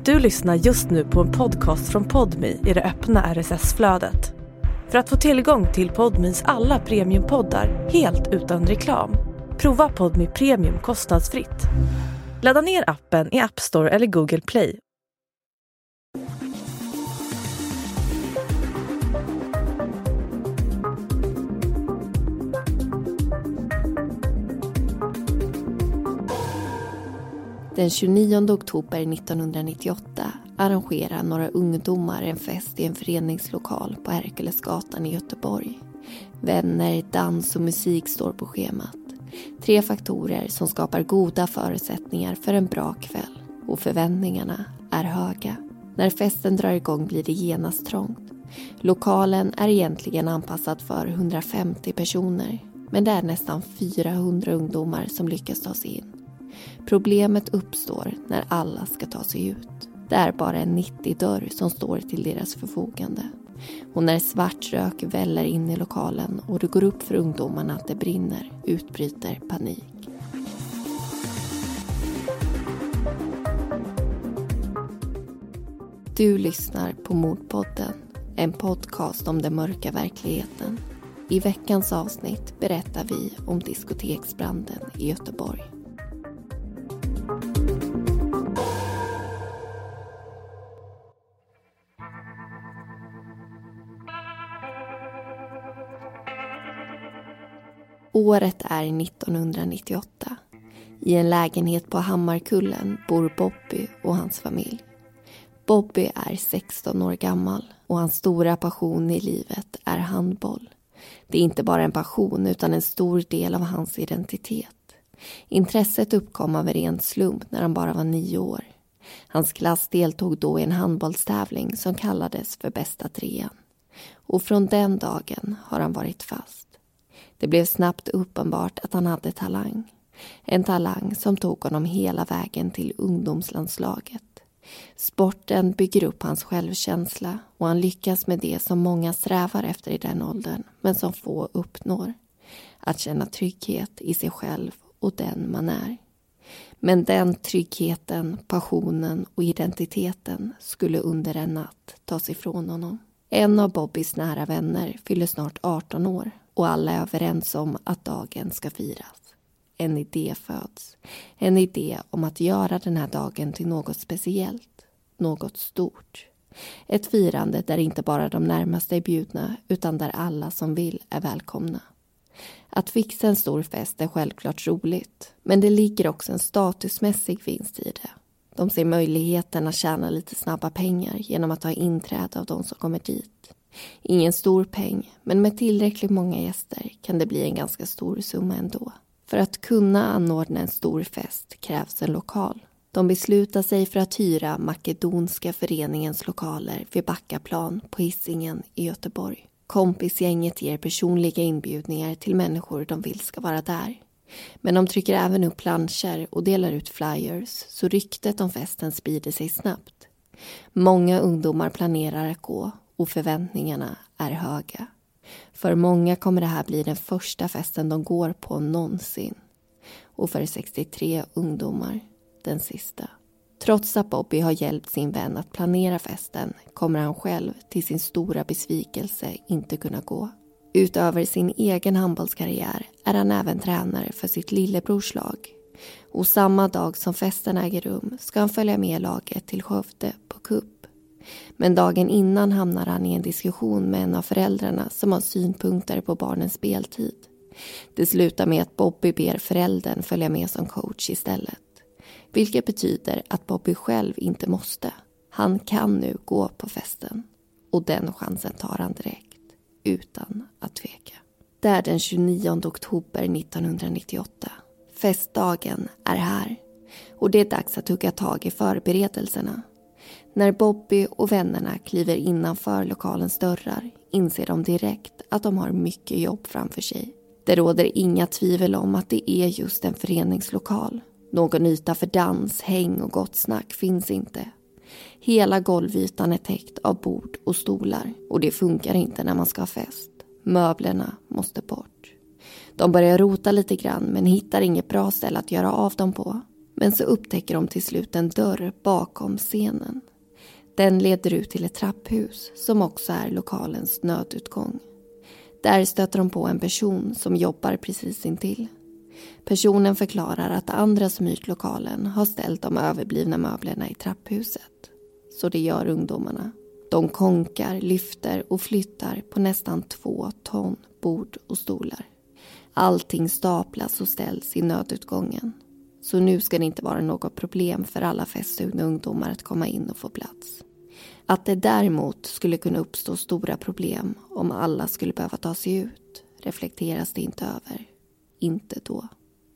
Du lyssnar just nu på en podcast från Podme i det öppna RSS-flödet. För att få tillgång till Podmes alla premiumpoddar helt utan reklam, prova Podme Premium kostnadsfritt. Ladda ner appen i App Store eller Google Play. Den 29 oktober 1998 arrangerar några ungdomar en fest i en föreningslokal på Herkulesgatan i Göteborg. Vänner, dans och musik står på schemat. 3 faktorer som skapar goda förutsättningar för en bra kväll. Och förväntningarna är höga. När festen drar igång blir det genast trångt. Lokalen är egentligen anpassad för 150 personer. Men det är nästan 400 ungdomar som lyckas ta sig in. Problemet uppstår när alla ska ta sig ut. Det är bara en 90-dörr som står till deras förfogande. Och när svart rök väller in i lokalen och det går upp för ungdomarna att det brinner, utbryter panik. Du lyssnar på Mordpodden, en podcast om den mörka verkligheten. I veckans avsnitt berättar vi om diskoteksbranden i Göteborg. Året är 1998. I en lägenhet på Hammarkullen bor Bobby och hans familj. Bobby är 16 år gammal och hans stora passion i livet är handboll. Det är inte bara en passion utan en stor del av hans identitet. Intresset uppkom av en ren slump när han bara var 9 år. Hans klass deltog då i en handbollstävling som kallades för bästa trean. Och från den dagen har han varit fast. Det blev snabbt uppenbart att han hade talang. En talang som tog honom hela vägen till ungdomslandslaget. Sporten bygger upp hans självkänsla och han lyckas med det som många strävar efter i den åldern men som få uppnår. Att känna trygghet i sig själv och den man är. Men den tryggheten, passionen och identiteten skulle under en natt tas ifrån honom. En av Bobbys nära vänner fyller snart 18 år och alla är överens om att dagen ska firas. En idé föds. En idé om att göra den här dagen till något speciellt. Något stort. Ett firande där inte bara de närmaste är bjudna utan där alla som vill är välkomna. Att fixa en stor fest är självklart roligt. Men det ligger också en statusmässig vinst i det. De ser möjligheten att tjäna lite snabba pengar genom att ta inträde av de som kommer dit. Ingen stor peng, men med tillräckligt många gäster kan det bli en ganska stor summa ändå. För att kunna anordna en stor fest krävs en lokal. De beslutar sig för att hyra Makedonska föreningens lokaler vid Backaplan på Hisingen i Göteborg. Kompisgänget ger personliga inbjudningar till människor de vill ska vara där. Men de trycker även upp planscher och delar ut flyers så ryktet om festen sprider sig snabbt. Många ungdomar planerar att gå och förväntningarna är höga. För många kommer det här bli den första festen de går på någonsin. Och för 63 ungdomar, den sista. Trots att Bobby har hjälpt sin vän att planera festen kommer han själv till sin stora besvikelse inte kunna gå. Utöver sin egen handbollskarriär är han även tränare för sitt lillebrors lag. Och samma dag som festen äger rum ska han följa med laget till Skövde på cup. Men dagen innan hamnar han i en diskussion med en av föräldrarna som har synpunkter på barnens speltid. Det slutar med att Bobby ber föräldern följa med som coach istället. Vilket betyder att Bobby själv inte måste. Han kan nu gå på festen. Och den chansen tar han direkt. Utan att tveka. Det är den 29 oktober 1998. Festdagen är här. Och det är dags att hugga tag i förberedelserna. När Bobby och vännerna kliver innanför lokalens dörrar inser de direkt att de har mycket jobb framför sig. Det råder inga tvivel om att det är just en föreningslokal. Någon yta för dans, häng och gott snack finns inte. Hela golvytan är täckt av bord och stolar och det funkar inte när man ska ha fest. Möblerna måste bort. De börjar rota lite grann men hittar inget bra ställe att göra av dem på. Men så upptäcker de till slut en dörr bakom scenen. Den leder ut till ett trapphus som också är lokalens nödutgång. Där stöter de på en person som jobbar precis intill. Personen förklarar att andra som hyrt lokalen har ställt de överblivna möblerna i trapphuset. Så det gör ungdomarna. De konkar, lyfter och flyttar på nästan 2 ton bord och stolar. Allting staplas och ställs i nödutgången. Så nu ska det inte vara något problem för alla festsugna ungdomar att komma in och få plats. Att det däremot skulle kunna uppstå stora problem om alla skulle behöva ta sig ut reflekteras det inte över. Inte då.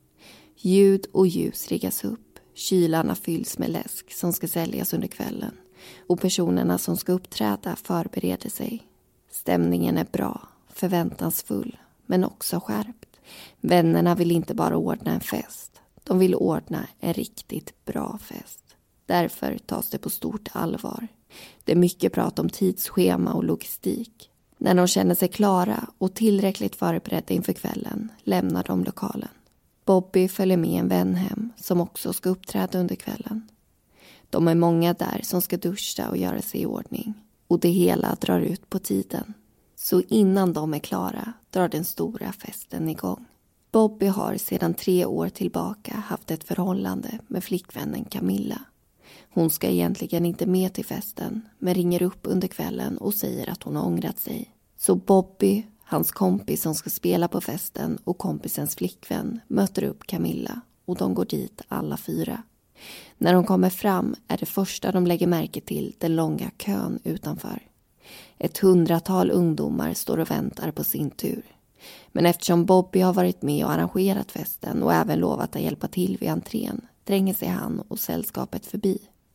Ljud och ljus riggas upp. Kylarna fylls med läsk som ska säljas under kvällen. Och personerna som ska uppträda förbereder sig. Stämningen är bra, förväntansfull, men också skärpt. Vännerna vill inte bara ordna en fest. De vill ordna en riktigt bra fest. Därför tas det på stort allvar. Det är mycket prat om tidsschema och logistik. När de känner sig klara och tillräckligt förberedda inför kvällen lämnar de lokalen. Bobby följer med en vän hem som också ska uppträda under kvällen. De är många där som ska duscha och göra sig i ordning. Och det hela drar ut på tiden. Så innan de är klara drar den stora festen igång. Bobby har sedan 3 år tillbaka haft ett förhållande med flickvännen Camilla. Hon ska egentligen inte med till festen, men ringer upp under kvällen och säger att hon har ångrat sig. Så Bobby, hans kompis som ska spela på festen och kompisens flickvän möter upp Camilla och de går dit alla 4. När de kommer fram är det första de lägger märke till den långa kön utanför. Ett 100-tal ungdomar står och väntar på sin tur. Men eftersom Bobby har varit med och arrangerat festen och även lovat att hjälpa till vid entrén dränger sig han och sällskapet förbi.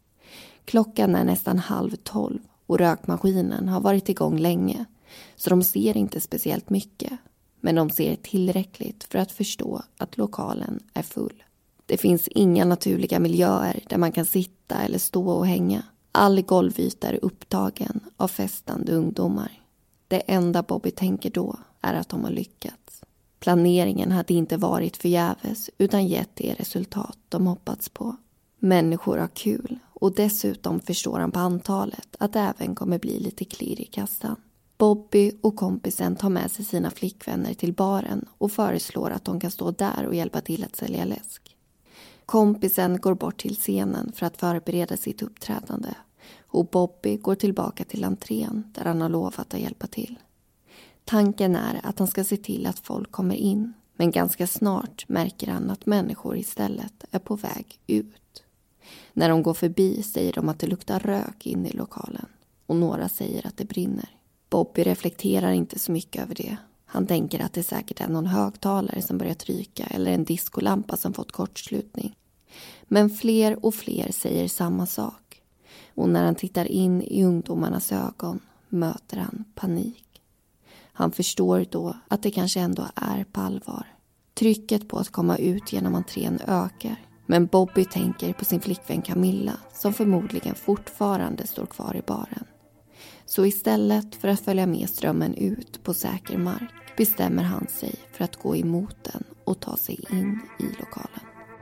Klockan är nästan 11:30 och rökmaskinen har varit igång länge så de ser inte speciellt mycket. Men de ser tillräckligt för att förstå att lokalen är full. Det finns inga naturliga miljöer där man kan sitta eller stå och hänga. All golvyta är upptagen av festande ungdomar. Det enda Bobby tänker då är att de har lyckats. Planeringen hade inte varit förgäves utan gett det resultat de hoppats på. Människor har kul och dessutom förstår han på antalet att det även kommer bli lite klirr i kassan. Bobby och kompisen tar med sig sina flickvänner till baren och föreslår att de kan stå där och hjälpa till att sälja läsk. Kompisen går bort till scenen för att förbereda sitt uppträdande och Bobby går tillbaka till entrén där han har lovat att hjälpa till. Tanken är att han ska se till att folk kommer in, men ganska snart märker han att människor istället är på väg ut. När de går förbi säger de att det luktar rök in i lokalen och några säger att det brinner. Bobby reflekterar inte så mycket över det. Han tänker att det säkert är någon högtalare som börjar tryka eller en diskolampa som fått kortslutning. Men fler och fler säger samma sak. Och när han tittar in i ungdomarnas ögon möter han panik. Han förstår då att det kanske ändå är på allvar. Trycket på att komma ut genom entrén ökar. Men Bobby tänker på sin flickvän Camilla som förmodligen fortfarande står kvar i baren. Så istället för att följa med strömmen ut på säker mark bestämmer han sig för att gå emot den och ta sig in i lokalen.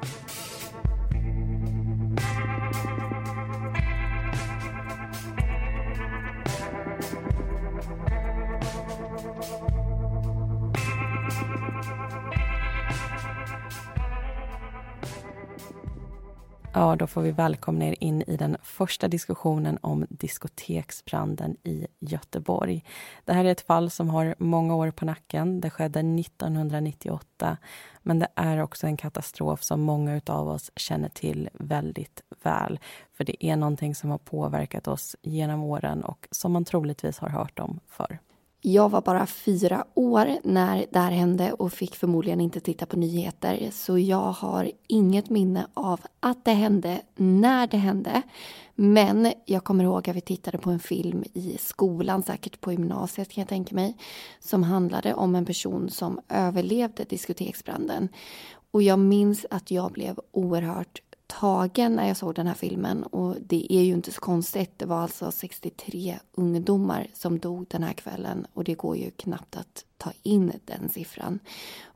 Ja, då får vi välkomna er in i den första diskussionen om diskoteksbranden i Göteborg. Det här är ett fall som har många år på nacken. Det skedde 1998, men det är också en katastrof som många av oss känner till väldigt väl. För det är någonting som har påverkat oss genom åren och som man troligtvis har hört om förr. Jag var bara 4 år när det här hände och fick förmodligen inte titta på nyheter. Så jag har inget minne av att det hände när det hände. Men jag kommer ihåg att vi tittade på en film i skolan, säkert på gymnasiet kan jag tänka mig. Som handlade om en person som överlevde diskoteksbranden. Och jag minns att jag blev oerhört tagen när jag såg den här filmen, och det är ju inte så konstigt. Det var alltså 63 ungdomar som dog den här kvällen och det går ju knappt att ta in den siffran.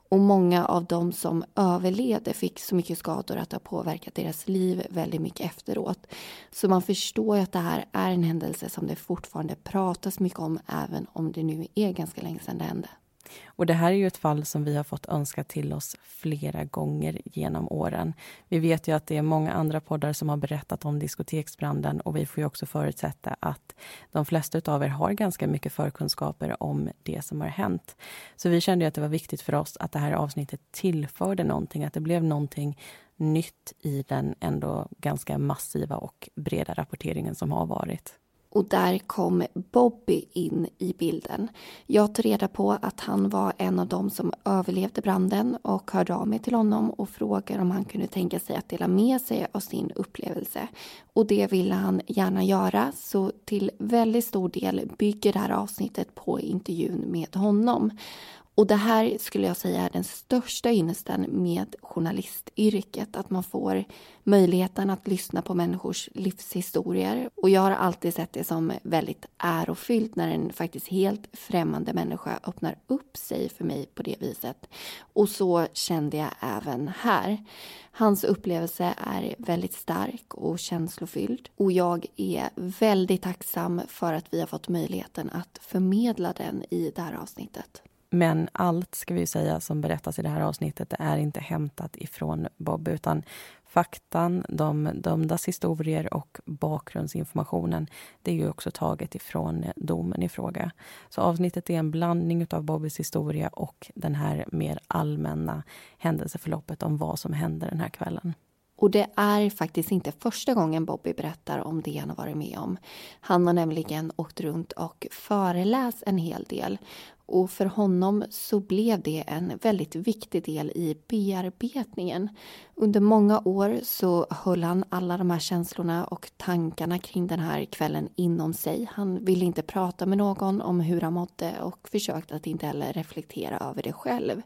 Och många av dem som överlevde fick så mycket skador att det har påverkat deras liv väldigt mycket efteråt. Så man förstår ju att det här är en händelse som det fortfarande pratas mycket om, även om det nu är ganska länge sedan det hände. Och det här är ju ett fall som vi har fått önska till oss flera gånger genom åren. Vi vet ju att det är många andra poddar som har berättat om diskoteksbranden, och vi får ju också förutsätta att de flesta av er har ganska mycket förkunskaper om det som har hänt. Så vi kände ju att det var viktigt för oss att det här avsnittet tillförde någonting, att det blev någonting nytt i den ändå ganska massiva och breda rapporteringen som har varit. Och där kom Bobby in i bilden. Jag tog reda på att han var en av dem som överlevde branden och hörde av mig till honom och frågade om han kunde tänka sig att dela med sig av sin upplevelse. Och det ville han gärna göra, så till väldigt stor del bygger det här avsnittet på intervjun med honom. Och det här skulle jag säga är den största ynnesten med journalistyrket. Att man får möjligheten att lyssna på människors livshistorier. Och jag har alltid sett det som väldigt ärofyllt när en faktiskt helt främmande människa öppnar upp sig för mig på det viset. Och så kände jag även här. Hans upplevelse är väldigt stark och känslofylld. Och jag är väldigt tacksam för att vi har fått möjligheten att förmedla den i det här avsnittet. Men allt, ska vi säga, som berättas i det här avsnittet, det är inte hämtat ifrån Bob, utan faktan, de dömdas historier och bakgrundsinformationen, det är ju också taget ifrån domen i fråga. Så avsnittet är en blandning av Bobbys historia och den här mer allmänna händelseförloppet om vad som hände den här kvällen. Och det är faktiskt inte första gången Bobby berättar om det han har varit med om. Han har nämligen åkt runt och föreläst en hel del. Och för honom så blev det en väldigt viktig del i bearbetningen. Under många år så höll han alla de här känslorna och tankarna kring den här kvällen inom sig. Han ville inte prata med någon om hur han mådde och försökte att inte heller reflektera över det själv.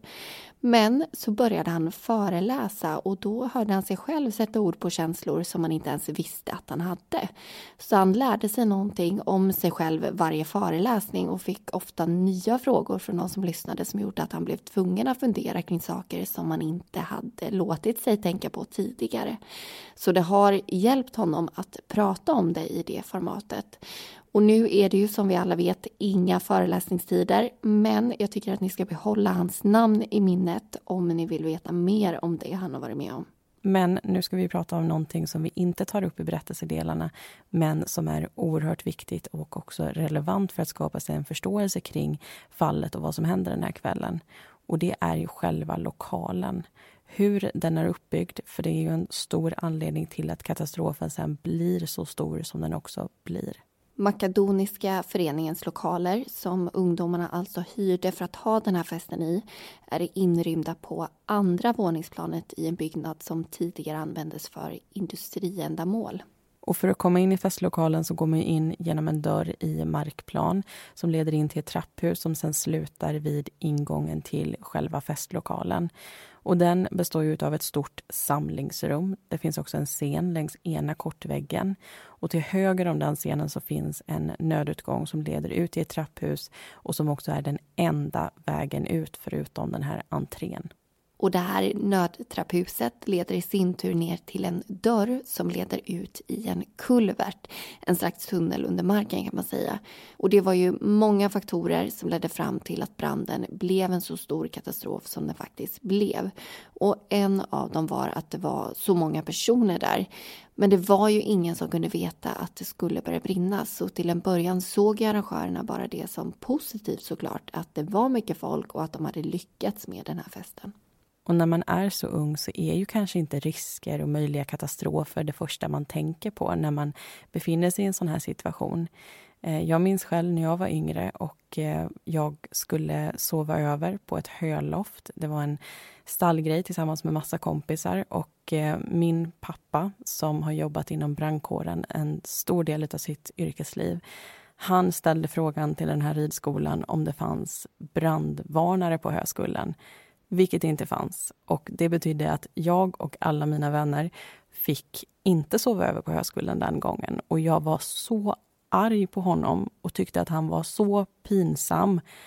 Men så började han föreläsa och då hörde han sig själv sätta ord på känslor som han inte ens visste att han hade. Så han lärde sig någonting om sig själv varje föreläsning och fick ofta nya frågor från de som lyssnade som gjorde att han blev tvungen att fundera kring saker som han inte hade låtit sig tänka på tidigare. Så det har hjälpt honom att prata om det i det formatet. Och nu är det ju som vi alla vet inga föreläsningstider, men jag tycker att ni ska behålla hans namn i minnet om ni vill veta mer om det han har varit med om. Men nu ska vi prata om någonting som vi inte tar upp i berättelsedelarna, men som är oerhört viktigt och också relevant för att skapa sig en förståelse kring fallet och vad som händer den här kvällen. Och det är ju själva lokalen. Hur den är uppbyggd, för det är ju en stor anledning till att katastrofen sen blir så stor som den också blir. Makedoniska föreningens lokaler, som ungdomarna alltså hyrde för att ha den här festen i, är inrymda på andra våningsplanet i en byggnad som tidigare användes för industriändamål. Och för att komma in i festlokalen så går man in genom en dörr i markplan som leder in till ett trapphus som sen slutar vid ingången till själva festlokalen. Och den består ju av ett stort samlingsrum. Det finns också en scen längs ena kortväggen. Och till höger om den scenen så finns en nödutgång som leder ut till ett trapphus och som också är den enda vägen ut förutom den här entrén. Och det här nödtrapphuset leder i sin tur ner till en dörr som leder ut i en kulvert. En slags tunnel under marken kan man säga. Och det var ju många faktorer som ledde fram till att branden blev en så stor katastrof som den faktiskt blev. Och en av dem var att det var så många personer där. Men det var ju ingen som kunde veta att det skulle börja brinna. Så till en början såg arrangörerna bara det som positivt såklart. Att det var mycket folk och att de hade lyckats med den här festen. Och när man är så ung så är ju kanske inte risker och möjliga katastrofer det första man tänker på när man befinner sig i en sån här situation. Jag minns själv när jag var yngre och jag skulle sova över på ett höloft. Det var en stallgrej tillsammans med massa kompisar och min pappa som har jobbat inom brandkåren en stor del av sitt yrkesliv. Han ställde frågan till den här ridskolan om det fanns brandvarnare på höskullen. Vilket inte fanns. Och det betydde att jag och alla mina vänner fick inte sova över på höskullen den gången. Och jag var så arg på honom och tyckte att han var så pinsam.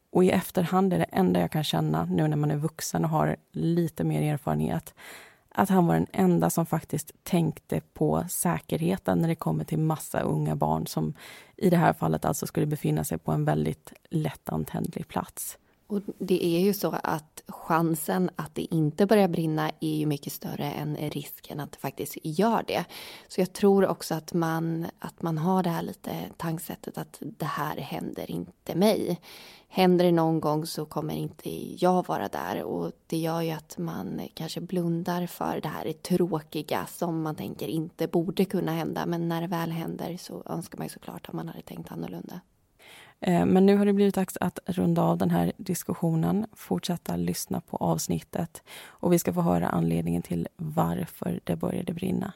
Och i efterhand är det enda jag kan känna nu när man är vuxen och har lite mer erfarenhet, att han var den enda som faktiskt tänkte på säkerheten när det kommer till massa unga barn som i det här fallet alltså skulle befinna sig på en väldigt lättantändlig plats. Och det är ju så att chansen att det inte börjar brinna är ju mycket större än risken att det faktiskt gör det. Så jag tror också att man har det här lite tankesättet att det här händer inte mig. Händer det någon gång så kommer inte jag vara där, och det gör ju att man kanske blundar för det här tråkiga som man tänker inte borde kunna hända. Men när det väl händer så önskar man ju såklart att man hade tänkt annorlunda. Men nu har det blivit dags att runda av den här diskussionen, fortsätta lyssna på avsnittet och vi ska få höra anledningen till varför det började brinna.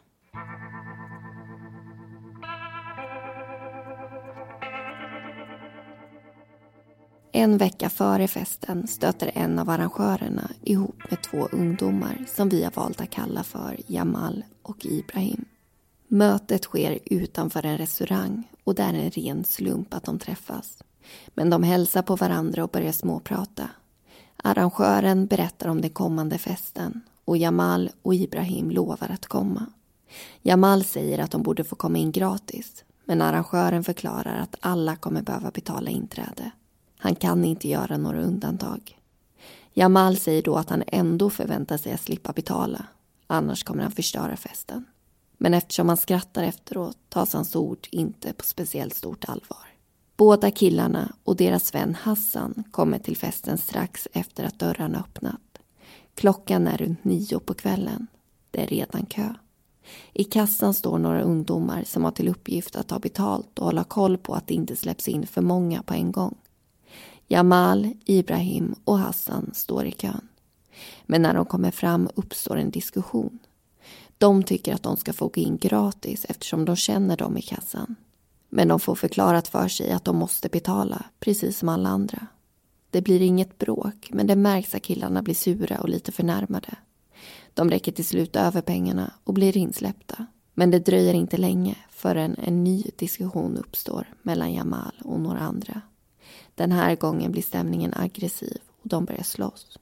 En vecka före festen stöter en av arrangörerna ihop med 2 ungdomar som vi har valt att kalla för Jamal och Ibrahim. Mötet sker utanför en restaurang och det är en ren slump att de träffas. Men de hälsar på varandra och börjar småprata. Arrangören berättar om den kommande festen och Jamal och Ibrahim lovar att komma. Jamal säger att de borde få komma in gratis, men arrangören förklarar att alla kommer behöva betala inträde. Han kan inte göra några undantag. Jamal säger då att han ändå förväntar sig att slippa betala, annars kommer han förstöra festen. Men eftersom han skrattar efteråt tas hans ord inte på speciellt stort allvar. Båda killarna och deras vän Hassan kommer till festen strax efter att dörrarna öppnat. Klockan är runt 9 på kvällen. Det är redan kö. I kassan står några ungdomar som har till uppgift att ta betalt och hålla koll på att det inte släpps in för många på en gång. Jamal, Ibrahim och Hassan står i kön. Men när de kommer fram uppstår en diskussion. De tycker att de ska få gå in gratis eftersom de känner dem i kassan. Men de får förklarat för sig att de måste betala, precis som alla andra. Det blir inget bråk, men det märks att killarna blir sura och lite förnärmade. De räcker till slut över pengarna och blir insläppta. Men det dröjer inte länge förrän en ny diskussion uppstår mellan Jamal och några andra. Den här gången blir stämningen aggressiv och de börjar slåss.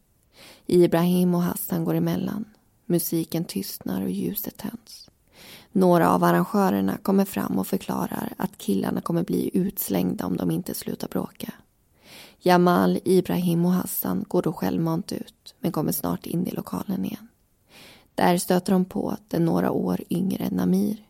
Ibrahim och Hassan går emellan. Musiken tystnar och ljuset tänds. Några av arrangörerna kommer fram och förklarar att killarna kommer bli utslängda om de inte slutar bråka. Jamal, Ibrahim och Hassan går då självmant ut men kommer snart in i lokalen igen. Där stöter de på den några år yngre Namir.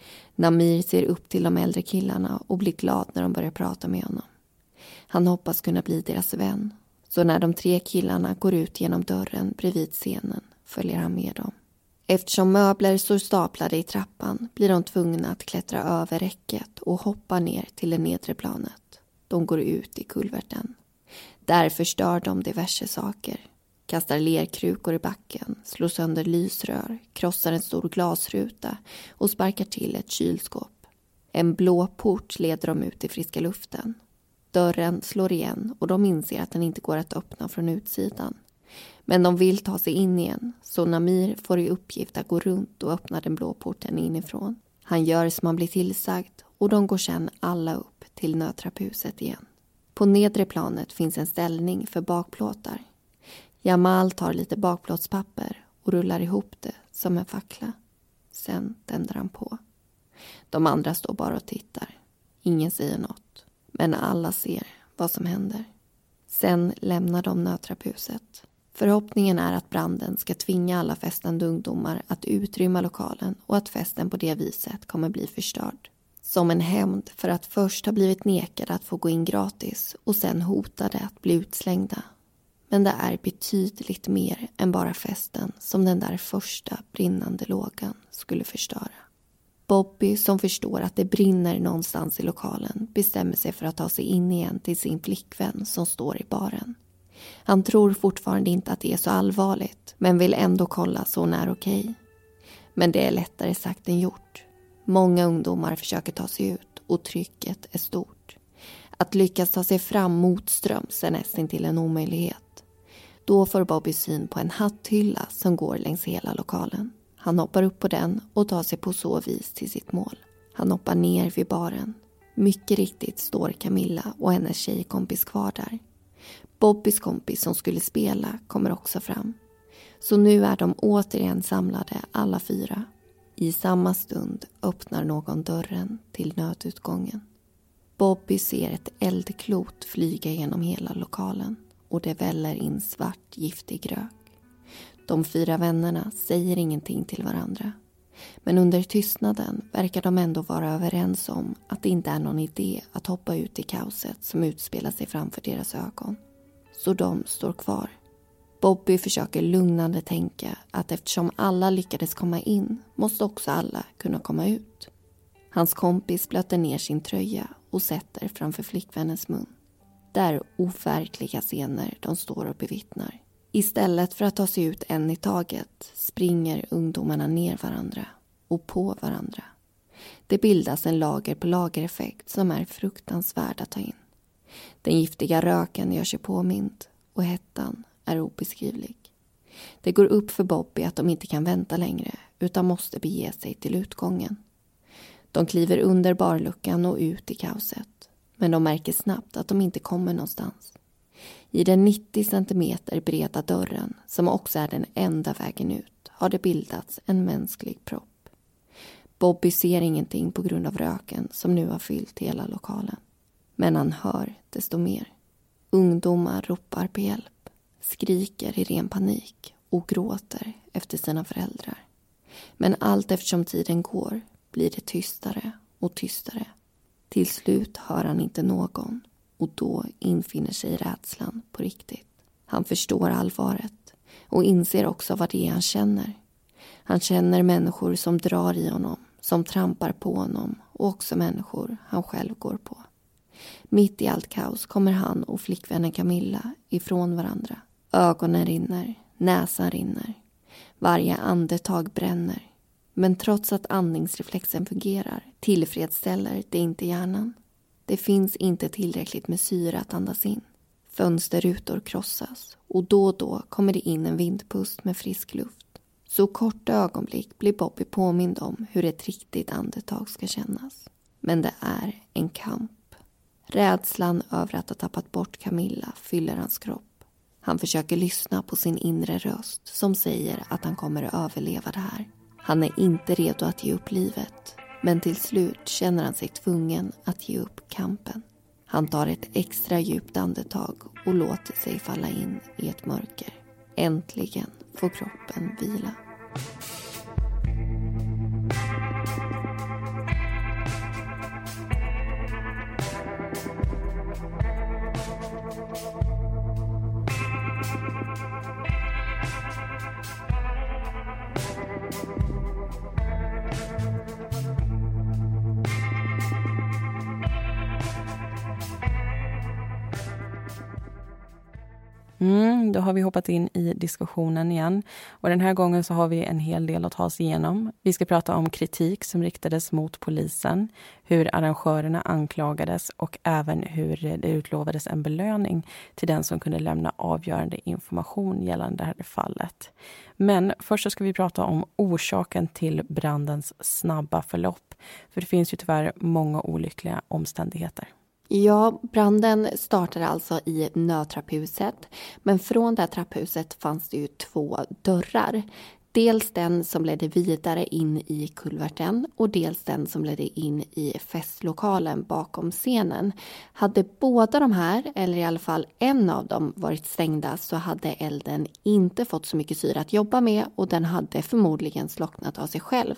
Namir ser upp till de äldre killarna och blir glad när de börjar prata med honom. Han hoppas kunna bli deras vän, så när de 3 killarna går ut genom dörren bredvid scenen följer han med dem. Eftersom möbler står staplade i trappan blir de tvungna att klättra över räcket och hoppa ner till det nedre planet. De går ut i kulverten. Där förstör de diverse saker. Kastar lerkrukor i backen, slår sönder lysrör, krossar en stor glasruta och sparkar till ett kylskåp. En blå port leder dem ut i friska luften. Dörren slår igen och de inser att den inte går att öppna från utsidan. Men de vill ta sig in igen, så Namir får i uppgift att gå runt och öppna den blå porten inifrån. Han gör som han blir tillsagd och de går sedan alla upp till nödtrapphuset igen. På nedre planet finns en ställning för bakplåtar. Jamal tar lite bakplåtspapper och rullar ihop det som en fackla. Sen tänder han på. De andra står bara och tittar. Ingen säger något, men alla ser vad som händer. Sen lämnar de nödtrapphuset. Förhoppningen är att branden ska tvinga alla festande ungdomar att utrymma lokalen och att festen på det viset kommer bli förstörd. Som en hämnd för att först ha blivit nekade att få gå in gratis och sen hotade att bli utslängda. Men det är betydligt mer än bara festen som den där första brinnande lågan skulle förstöra. Bobby, som förstår att det brinner någonstans i lokalen, bestämmer sig för att ta sig in igen till sin flickvän som står i baren. Han tror fortfarande inte att det är så allvarligt, men vill ändå kolla så hon är okej. Men det är lättare sagt än gjort. Många ungdomar försöker ta sig ut och trycket är stort. Att lyckas ta sig fram motströms är nästan till en omöjlighet. Då får Bobby syn på en hatthylla som går längs hela lokalen. Han hoppar upp på den och tar sig på så vis till sitt mål. Han hoppar ner vid baren. Mycket riktigt står Camilla och hennes tjejkompis kvar där. Bobbys kompis som skulle spela kommer också fram. Så nu är de återigen samlade alla 4. I samma stund öppnar någon dörren till nödutgången. Bobby ser ett eldklot flyga genom hela lokalen och det väller in svart giftig rök. De 4 vännerna säger ingenting till varandra. Men under tystnaden verkar de ändå vara överens om att det inte är någon idé att hoppa ut i kaoset som utspelar sig framför deras ögon. Så de står kvar. Bobby försöker lugnande tänka att eftersom alla lyckades komma in måste också alla kunna komma ut. Hans kompis blöter ner sin tröja och sätter framför flickvännens mun. Det är overkliga scener de står och bevittnar. Istället för att ta sig ut en i taget springer ungdomarna ner varandra och på varandra. Det bildas en lager på lager-effekt som är fruktansvärd att ta in. Den giftiga röken gör sig påmind och hettan är obeskrivlig. Det går upp för Bobby att de inte kan vänta längre utan måste bege sig till utgången. De kliver under barluckan och ut i kaoset, men de märker snabbt att de inte kommer någonstans. I den 90 centimeter breda dörren, som också är den enda vägen ut, har det bildats en mänsklig propp. Bobby ser ingenting på grund av röken som nu har fyllt hela lokalen. Men han hör desto mer. Ungdomar ropar på hjälp, skriker i ren panik och gråter efter sina föräldrar. Men allt eftersom tiden går blir det tystare och tystare. Till slut hör han inte någon och då infinner sig rädslan på riktigt. Han förstår allvaret och inser också vad det är han känner. Han känner människor som drar i honom, som trampar på honom och också människor han själv går på. Mitt i allt kaos kommer han och flickvännen Camilla ifrån varandra. Ögonen rinner, näsan rinner. Varje andetag bränner. Men trots att andningsreflexen fungerar tillfredsställer det inte hjärnan. Det finns inte tillräckligt med syre att andas in. Fönsterrutor krossas och då kommer det in en vindpust med frisk luft. Så korta ögonblick blir Bobby påmind om hur ett riktigt andetag ska kännas. Men det är en kamp. Rädslan över att ha tappat bort Camilla fyller hans kropp. Han försöker lyssna på sin inre röst som säger att han kommer att överleva det här. Han är inte redo att ge upp livet, men till slut känner han sig tvungen att ge upp kampen. Han tar ett extra djupt andetag och låter sig falla in i ett mörker. Äntligen får kroppen vila. Då har vi hoppat in i diskussionen igen. Och den här gången så har vi en hel del att ta oss igenom. Vi ska prata om kritik som riktades mot polisen, hur arrangörerna anklagades och även hur det utlovades en belöning till den som kunde lämna avgörande information gällande det här fallet. Men först så ska vi prata om orsaken till brandens snabba förlopp. För det finns ju tyvärr många olyckliga omständigheter. Ja, branden startade alltså i nödtrapphuset, men från det här trapphuset fanns det ju 2 dörrar. Dels den som ledde vidare in i kulverten och dels den som ledde in i festlokalen bakom scenen. Hade båda de här, eller i alla fall en av dem, varit stängda så hade elden inte fått så mycket syre att jobba med och den hade förmodligen slocknat av sig själv.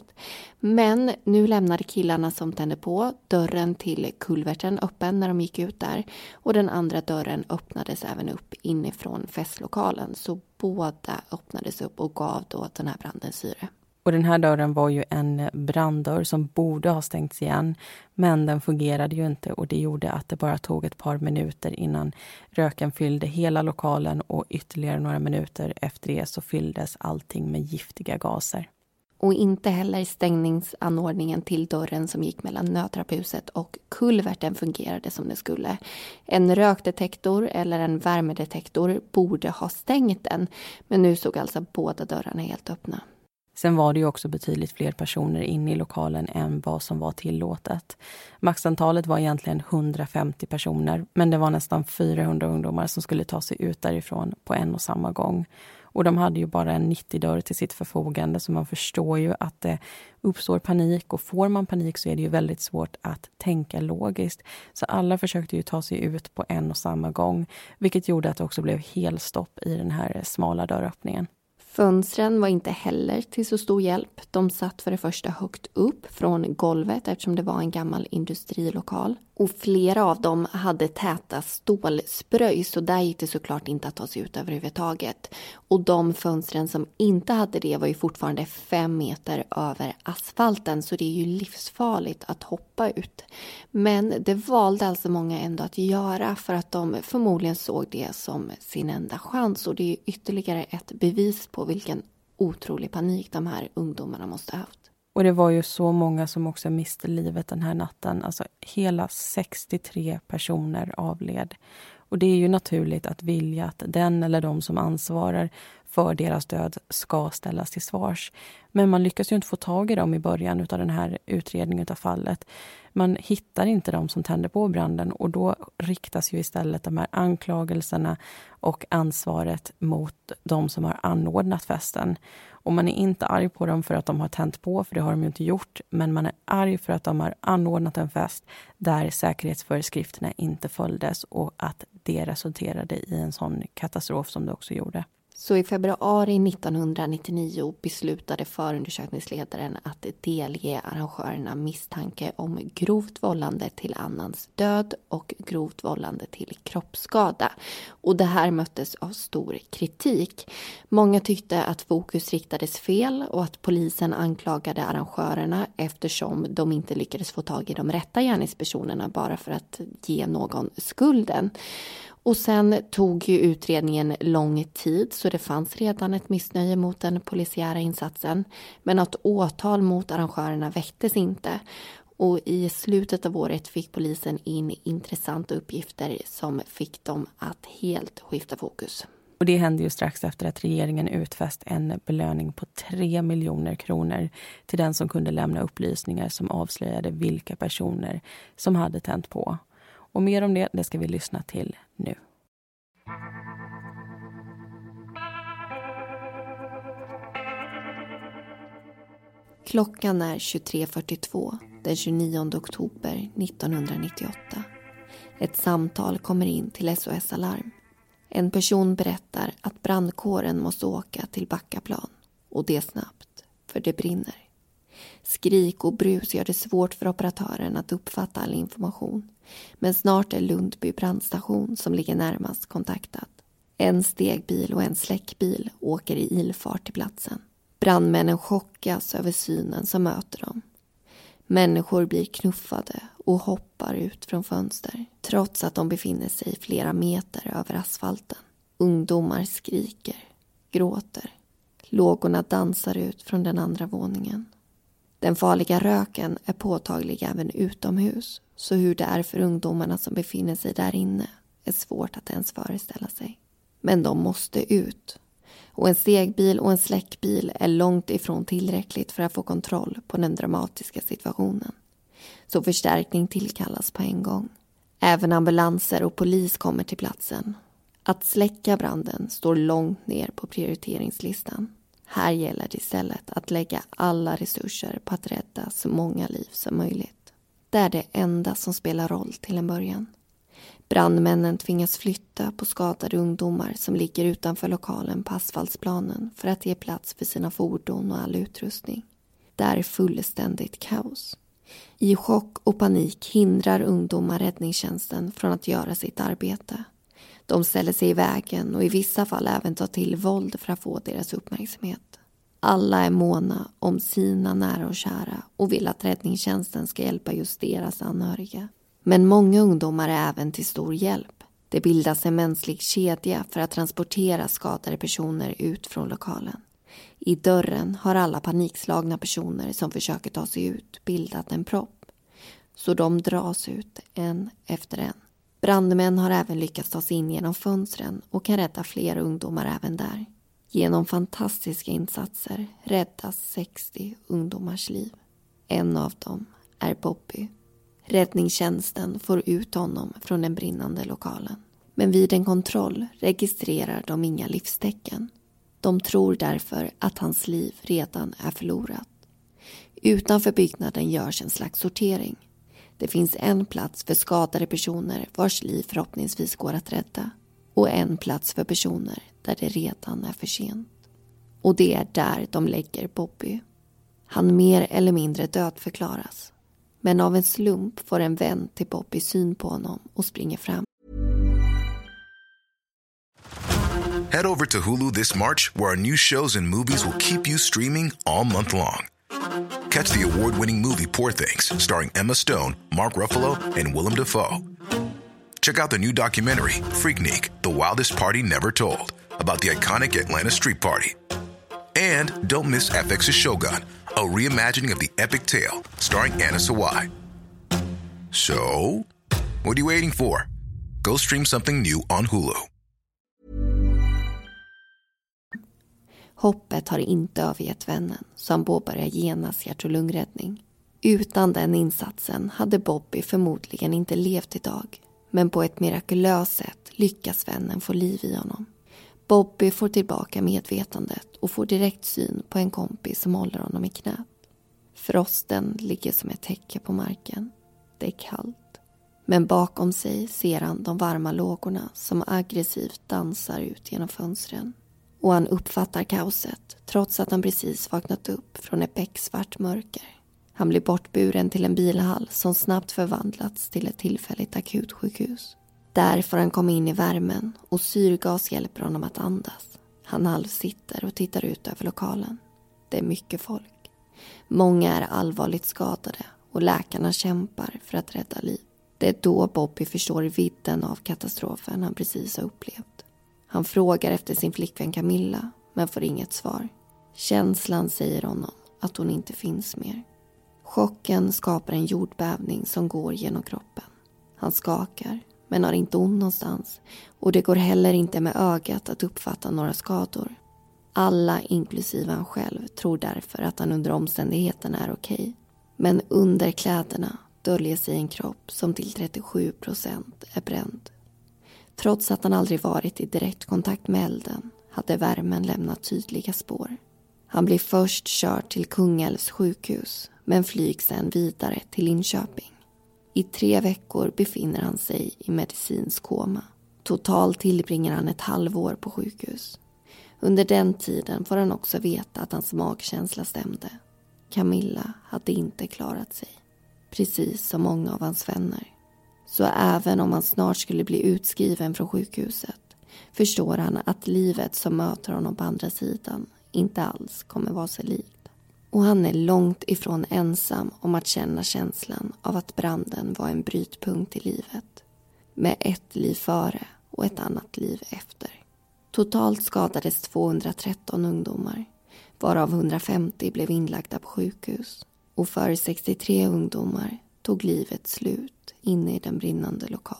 Men nu lämnade killarna som tände på dörren till kulverten öppen när de gick ut där och den andra dörren öppnades även upp inifrån festlokalen, så båda öppnades upp och gav då den här branden syre. Och den här dörren var ju en branddörr som borde ha stängts igen, men den fungerade ju inte och det gjorde att det bara tog ett par minuter innan röken fyllde hela lokalen och ytterligare några minuter efter det så fylldes allting med giftiga gaser. Och inte heller stängningsanordningen till dörren som gick mellan nödtrapphuset och kulverten fungerade som det skulle. En rökdetektor eller en värmedetektor borde ha stängt den, men nu såg alltså båda dörrarna helt öppna. Sen var det ju också betydligt fler personer inne i lokalen än vad som var tillåtet. Maxantalet var egentligen 150 personer, men det var nästan 400 ungdomar som skulle ta sig ut därifrån på en och samma gång. Och de hade ju bara en 90-dörr till sitt förfogande, så man förstår ju att det uppstår panik. Och får man panik så är det ju väldigt svårt att tänka logiskt. Så alla försökte ju ta sig ut på en och samma gång, vilket gjorde att det också blev helstopp i den här smala dörröppningen. Fönstren var inte heller till så stor hjälp. De satt för det första högt upp från golvet eftersom det var en gammal industrilokal. Och flera av dem hade täta stålspröj, så där gick det såklart inte att ta sig ut överhuvudtaget. Och de fönstren som inte hade det var ju fortfarande 5 meter över asfalten, så det är ju livsfarligt att hoppa ut. Men det valde alltså många ändå att göra för att de förmodligen såg det som sin enda chans. Och det är ju ytterligare ett bevis på vilken otrolig panik de här ungdomarna måste ha haft. Och det var ju så många som också miste livet den här natten. Alltså hela 63 personer avled. Och det är ju naturligt att vilja att den eller de som ansvarar för deras död ska ställas till svars. Men man lyckas ju inte få tag i dem i början av den här utredningen av fallet. Man hittar inte de som tände på branden, och då riktas ju istället de här anklagelserna och ansvaret mot de som har anordnat festen. Och man är inte arg på dem för att de har tänt på, för det har de ju inte gjort. Men man är arg för att de har anordnat en fest där säkerhetsföreskrifterna inte följdes, och att det resulterade i en sån katastrof som det också gjorde. Så i februari 1999 beslutade förundersökningsledaren att delge arrangörerna misstanke om grovt vållande till annans död och grovt vållande till kroppsskada. Och det här möttes av stor kritik. Många tyckte att fokus riktades fel och att polisen anklagade arrangörerna eftersom de inte lyckades få tag i de rätta gärningspersonerna bara för att ge någon skulden. Och sen tog ju utredningen lång tid, så det fanns redan ett missnöje mot den polisiära insatsen. Men att åtal mot arrangörerna väcktes inte. Och i slutet av året fick polisen in intressanta uppgifter som fick dem att helt skifta fokus. Och det hände ju strax efter att regeringen utfäst en belöning på 3 miljoner kronor till den som kunde lämna upplysningar som avslöjade vilka personer som hade tänt på. Och mer om det ska vi lyssna till nu. Klockan är 23:42 den 29 oktober 1998. Ett samtal kommer in till SOS Alarm. En person berättar att brandkåren måste åka till Backaplan. Och det snabbt, för det brinner. Skrik och brus gör det svårt för operatören att uppfatta all information. Men snart är Lundby brandstation som ligger närmast kontaktad. En stegbil och en släckbil åker i ilfart till platsen. Brandmännen chockas över synen som möter dem. Människor blir knuffade och hoppar ut från fönster trots att de befinner sig flera meter över asfalten. Ungdomar skriker, gråter. Lågorna dansar ut från den andra våningen. Den farliga röken är påtaglig även utomhus, så hur det är för ungdomarna som befinner sig där inne är svårt att ens föreställa sig. Men de måste ut. Och en stegbil och en släckbil är långt ifrån tillräckligt för att få kontroll på den dramatiska situationen. Så förstärkning tillkallas på en gång. Även ambulanser och polis kommer till platsen. Att släcka branden står långt ner på prioriteringslistan. Här gäller det istället att lägga alla resurser på att rädda så många liv som möjligt. Det är det enda som spelar roll till en början. Brandmännen tvingas flytta på skadade ungdomar som ligger utanför lokalen på asfaltsplanen för att ge plats för sina fordon och all utrustning. Det är fullständigt kaos. I chock och panik hindrar ungdomar räddningstjänsten från att göra sitt arbete. De ställer sig i vägen och i vissa fall även tar till våld för att få deras uppmärksamhet. Alla är måna om sina nära och kära och vill att räddningstjänsten ska hjälpa just deras anhöriga. Men många ungdomar är även till stor hjälp. Det bildas en mänsklig kedja för att transportera skadade personer ut från lokalen. I dörren har alla panikslagna personer som försöker ta sig ut bildat en propp. Så de dras ut en efter en. Brandmän har även lyckats ta sig in genom fönstren och kan rädda fler ungdomar även där. Genom fantastiska insatser räddas 60 ungdomars liv. En av dem är Bobby. Räddningstjänsten får ut honom från den brinnande lokalen. Men vid en kontroll registrerar de inga livstecken. De tror därför att hans liv redan är förlorat. Utanför byggnaden görs en slags sortering. Det finns en plats för skadade personer vars liv förhoppningsvis går att rädda. Och en plats för personer där det redan är för sent. Och det är där de lägger Bobby. Han mer eller mindre dödförklaras. Men av en slump får en vän till Bobby syn på honom och springer fram. Head over to Hulu this March, where our new shows and movies will keep you streaming all month long. Catch the award-winning movie Poor Things, starring Emma Stone, Mark Ruffalo, and Willem Dafoe. Check out the new documentary, Freaknik, The Wildest Party Never Told, about the iconic Atlanta Street Party. And don't miss FX's Shogun, a reimagining of the epic tale, starring Anna Sawai. So, what are you waiting for? Go stream something new on Hulu. Hoppet har inte övergett vännen, så han påbörjar genast hjärt- och lungräddning. Utan den insatsen hade Bobby förmodligen inte levt idag. Men på ett mirakulöst sätt lyckas vännen få liv i honom. Bobby får tillbaka medvetandet och får direkt syn på en kompis som håller honom i knät. Frosten ligger som ett täcke på marken. Det är kallt. Men bakom sig ser han de varma lågorna som aggressivt dansar ut genom fönstren. Och han uppfattar kaoset trots att han precis vaknat upp från ett becksvart mörker. Han blir bortburen till en bilhall som snabbt förvandlats till ett tillfälligt akutsjukhus. Där får han komma in i värmen och syrgas hjälper honom att andas. Han halvsitter och tittar ut över lokalen. Det är mycket folk. Många är allvarligt skadade och läkarna kämpar för att rädda liv. Det är då Bobby förstår vidden av katastrofen han precis har upplevt. Han frågar efter sin flickvän Camilla men får inget svar. Känslan säger honom att hon inte finns mer. Chocken skapar en jordbävning som går genom kroppen. Han skakar men har inte ont någonstans och det går heller inte med ögat att uppfatta några skador. Alla, inklusive han själv, tror därför att han under omständigheterna är okej. Men under kläderna döljer sig en kropp som till 37% är bränd. Trots att han aldrig varit i direkt kontakt med elden hade värmen lämnat tydliga spår. Han blir först körd till Kungälvs sjukhus men flygs sedan vidare till Linköping. I 3 veckor befinner han sig i medicinsk koma. Totalt tillbringar han ett halvår på sjukhus. Under den tiden får han också veta att hans magkänsla stämde. Camilla hade inte klarat sig. Precis som många av hans vänner. Så även om han snart skulle bli utskriven från sjukhuset förstår han att livet som möter honom på andra sidan inte alls kommer vara sig likt. Och han är långt ifrån ensam om att känna känslan av att branden var en brytpunkt i livet. Med ett liv före och ett annat liv efter. Totalt skadades 213 ungdomar, varav 150 blev inlagda på sjukhus. Och för 63 ungdomar tog livet slut inne i den brinnande lokalen.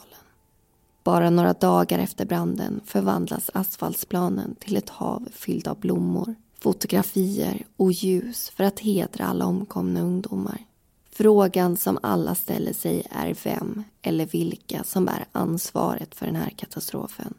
Bara några dagar efter branden förvandlas asfaltsplanen till ett hav fyllt av blommor, fotografier och ljus för att hedra alla omkomna ungdomar. Frågan som alla ställer sig är vem eller vilka som bär ansvaret för den här katastrofen.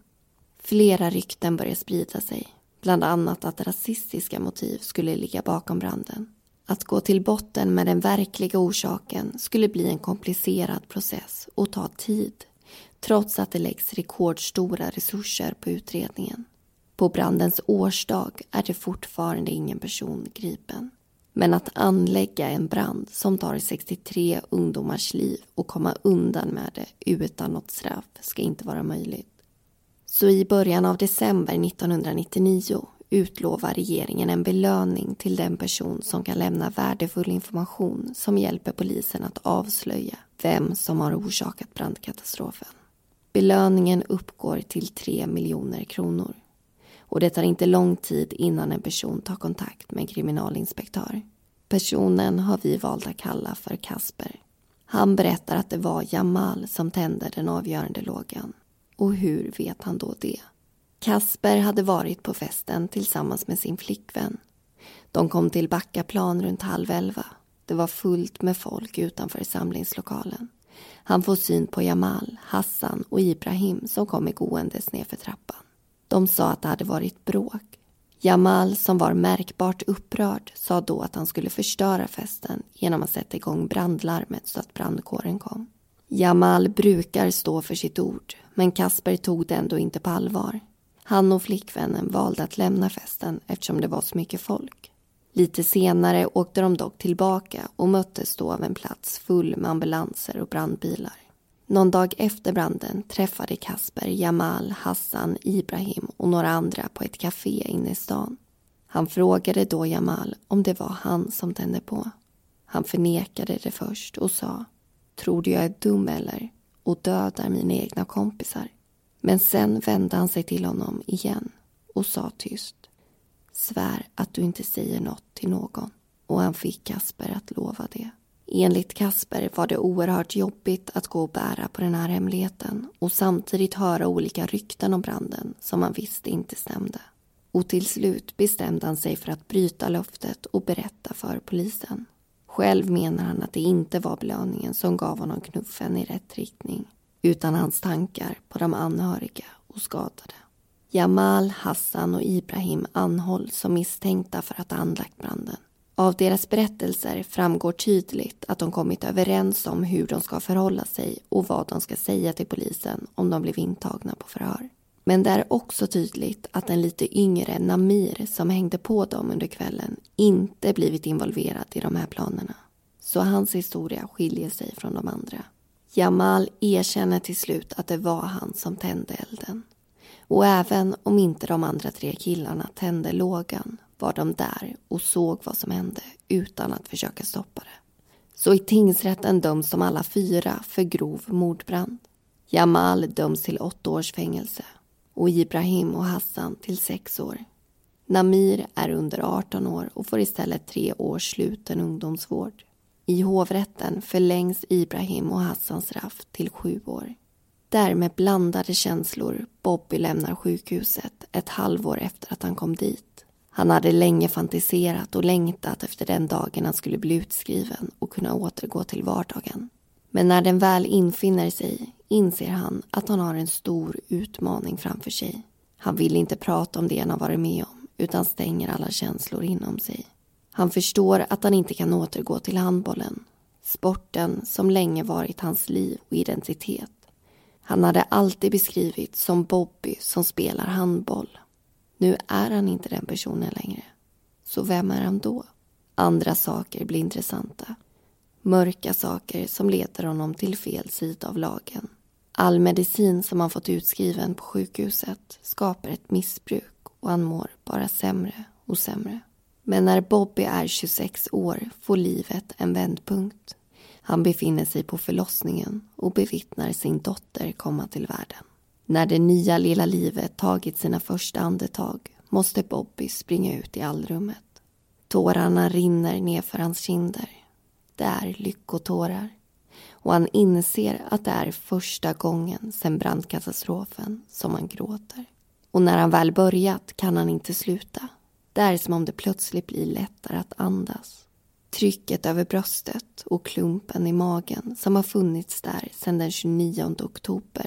Flera rykten börjar sprida sig, bland annat att rasistiska motiv skulle ligga bakom branden. Att gå till botten med den verkliga orsaken skulle bli en komplicerad process och ta tid, trots att det läggs rekordstora resurser på utredningen. På brandens årsdag är det fortfarande ingen person gripen. Men att anlägga en brand som tar 63 ungdomars liv och komma undan med det utan något straff ska inte vara möjligt. Så i början av december 1999 utlovar regeringen en belöning till den person som kan lämna värdefull information som hjälper polisen att avslöja vem som har orsakat brandkatastrofen. Belöningen uppgår till 3 miljoner kronor. Och det tar inte lång tid innan en person tar kontakt med en kriminalinspektör. Personen har vi valt att kalla för Kasper. Han berättar att det var Jamal som tände den avgörande lågan. Och hur vet han då det? Kasper hade varit på festen tillsammans med sin flickvän. De kom till Backaplan runt 22:30. Det var fullt med folk utanför samlingslokalen. Han får syn på Jamal, Hassan och Ibrahim som kom gåendes ner för trappan. De sa att det hade varit bråk. Jamal, som var märkbart upprörd, sa då att han skulle förstöra festen genom att sätta igång brandlarmet så att brandkåren kom. Jamal brukar stå för sitt ord, men Kasper tog det ändå inte på allvar. Han och flickvännen valde att lämna festen eftersom det var så mycket folk. Lite senare åkte de dock tillbaka och möttes då av en plats full med ambulanser och brandbilar. Någon dag efter branden träffade Kasper Jamal, Hassan, Ibrahim och några andra på ett café inne i stan. Han frågade då Jamal om det var han som tände på. Han förnekade det först och sa: "Tror du jag är dum eller? Och dödar mina egna kompisar?" Men sen vände han sig till honom igen och sa tyst: "Svär att du inte säger något till någon." Och han fick Kasper att lova det. Enligt Kasper var det oerhört jobbigt att gå och bära på den här hemligheten och samtidigt höra olika rykten om branden som han visste inte stämde. Och till slut bestämde han sig för att bryta löftet och berätta för polisen. Själv menar han att det inte var belöningen som gav honom knuffen i rätt riktning, utan hans tankar på de anhöriga och skadade. Jamal, Hassan och Ibrahim anhålls som misstänkta för att ha anlagt branden. Av deras berättelser framgår tydligt att de kommit överens om hur de ska förhålla sig och vad de ska säga till polisen om de blev intagna på förhör. Men det är också tydligt att en lite yngre Namir som hängde på dem under kvällen inte blivit involverad i de här planerna. Så hans historia skiljer sig från de andra. Jamal erkänner till slut att det var han som tände elden. Och även om inte de andra 3 killarna tände lågan var de där och såg vad som hände utan att försöka stoppa det. Så i tingsrätten döms de alla 4 för grov mordbrand. Jamal döms till 8 års fängelse och Ibrahim och Hassan till 6 år. Namir är under 18 år och får istället 3 års sluten ungdomsvård. I hovrätten förlängs Ibrahim och Hassans straff till 7 år. Där med blandade känslor Bobby lämnar sjukhuset ett halvår efter att han kom dit. Han hade länge fantiserat och längtat efter den dagen han skulle bli utskriven och kunna återgå till vardagen. Men när den väl infinner sig inser han att han har en stor utmaning framför sig. Han vill inte prata om det han har varit med om utan stänger alla känslor inom sig. Han förstår att han inte kan återgå till handbollen, sporten som länge varit hans liv och identitet. Han hade alltid beskrivits som Bobby som spelar handboll. Nu är han inte den personen längre. Så vem är han då? Andra saker blir intressanta. Mörka saker som leder honom till fel sida av lagen. All medicin som han fått utskriven på sjukhuset skapar ett missbruk och han mår bara sämre och sämre. Men när Bobby är 26 år får livet en vändpunkt. Han befinner sig på förlossningen och bevittnar sin dotter komma till världen. När det nya lilla livet tagit sina första andetag måste Bobby springa ut i allrummet. Tårarna rinner ner för hans kinder. Det är lyckotårar. Och han inser att det är första gången sedan brandkatastrofen som han gråter. Och när han väl börjat kan han inte sluta. Det är som om det plötsligt blir lättare att andas. Trycket över bröstet och klumpen i magen som har funnits där sedan den 29 oktober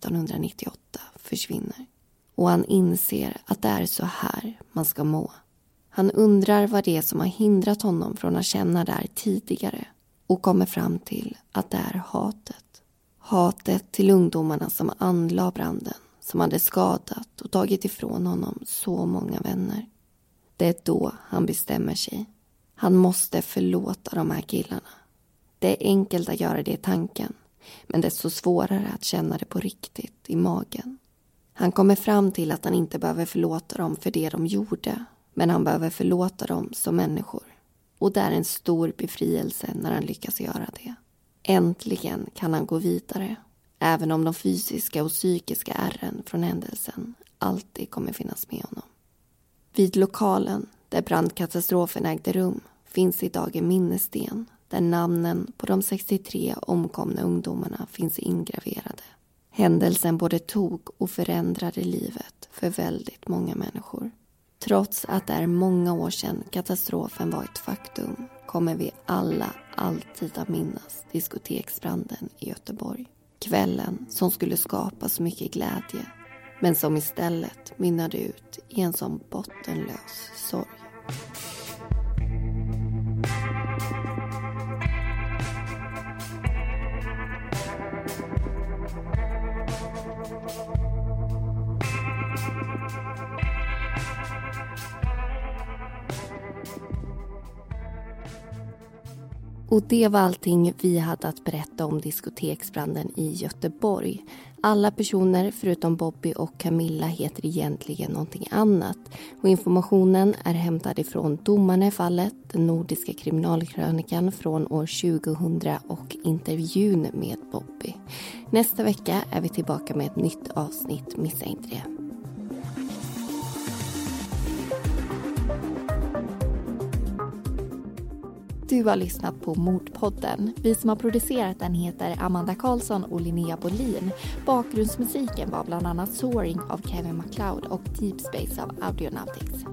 1998 försvinner. Och han inser att det är så här man ska må. Han undrar vad det är som har hindrat honom från att känna det här tidigare och kommer fram till att det är hatet. Hatet till ungdomarna som anlade branden, som hade skadat och tagit ifrån honom så många vänner. Det är då han bestämmer sig. Han måste förlåta de här killarna. Det är enkelt att göra det i tanken, men desto svårare att känna det på riktigt i magen. Han kommer fram till att han inte behöver förlåta dem för det de gjorde, men han behöver förlåta dem som människor. Och det är en stor befrielse när han lyckas göra det. Äntligen kan han gå vidare, även om de fysiska och psykiska ärren från händelsen alltid kommer finnas med honom. Vid lokalen där brandkatastrofen ägde rum finns idag en minnessten där namnen på de 63 omkomna ungdomarna finns ingraverade. Händelsen både tog och förändrade livet för väldigt många människor. Trots att det är många år sedan katastrofen var ett faktum kommer vi alla alltid att minnas diskoteksbranden i Göteborg. Kvällen som skulle skapa så mycket glädje, men som istället mynnade ut i en sån bottenlös sorg. Och det var allting vi hade att berätta om diskoteksbranden i Göteborg. Alla personer förutom Bobby och Camilla heter egentligen någonting annat. Och informationen är hämtad ifrån domarna i fallet, den nordiska kriminalkrönikan från år 2000 och intervjun med Bobby. Nästa vecka är vi tillbaka med ett nytt avsnitt, missa inte det. Du har lyssnat på Mordpodden. Vi som har producerat den heter Amanda Karlsson och Linnea Bolin. Bakgrundsmusiken var bland annat Soaring av Kevin MacLeod och Deep Space av Audionautics.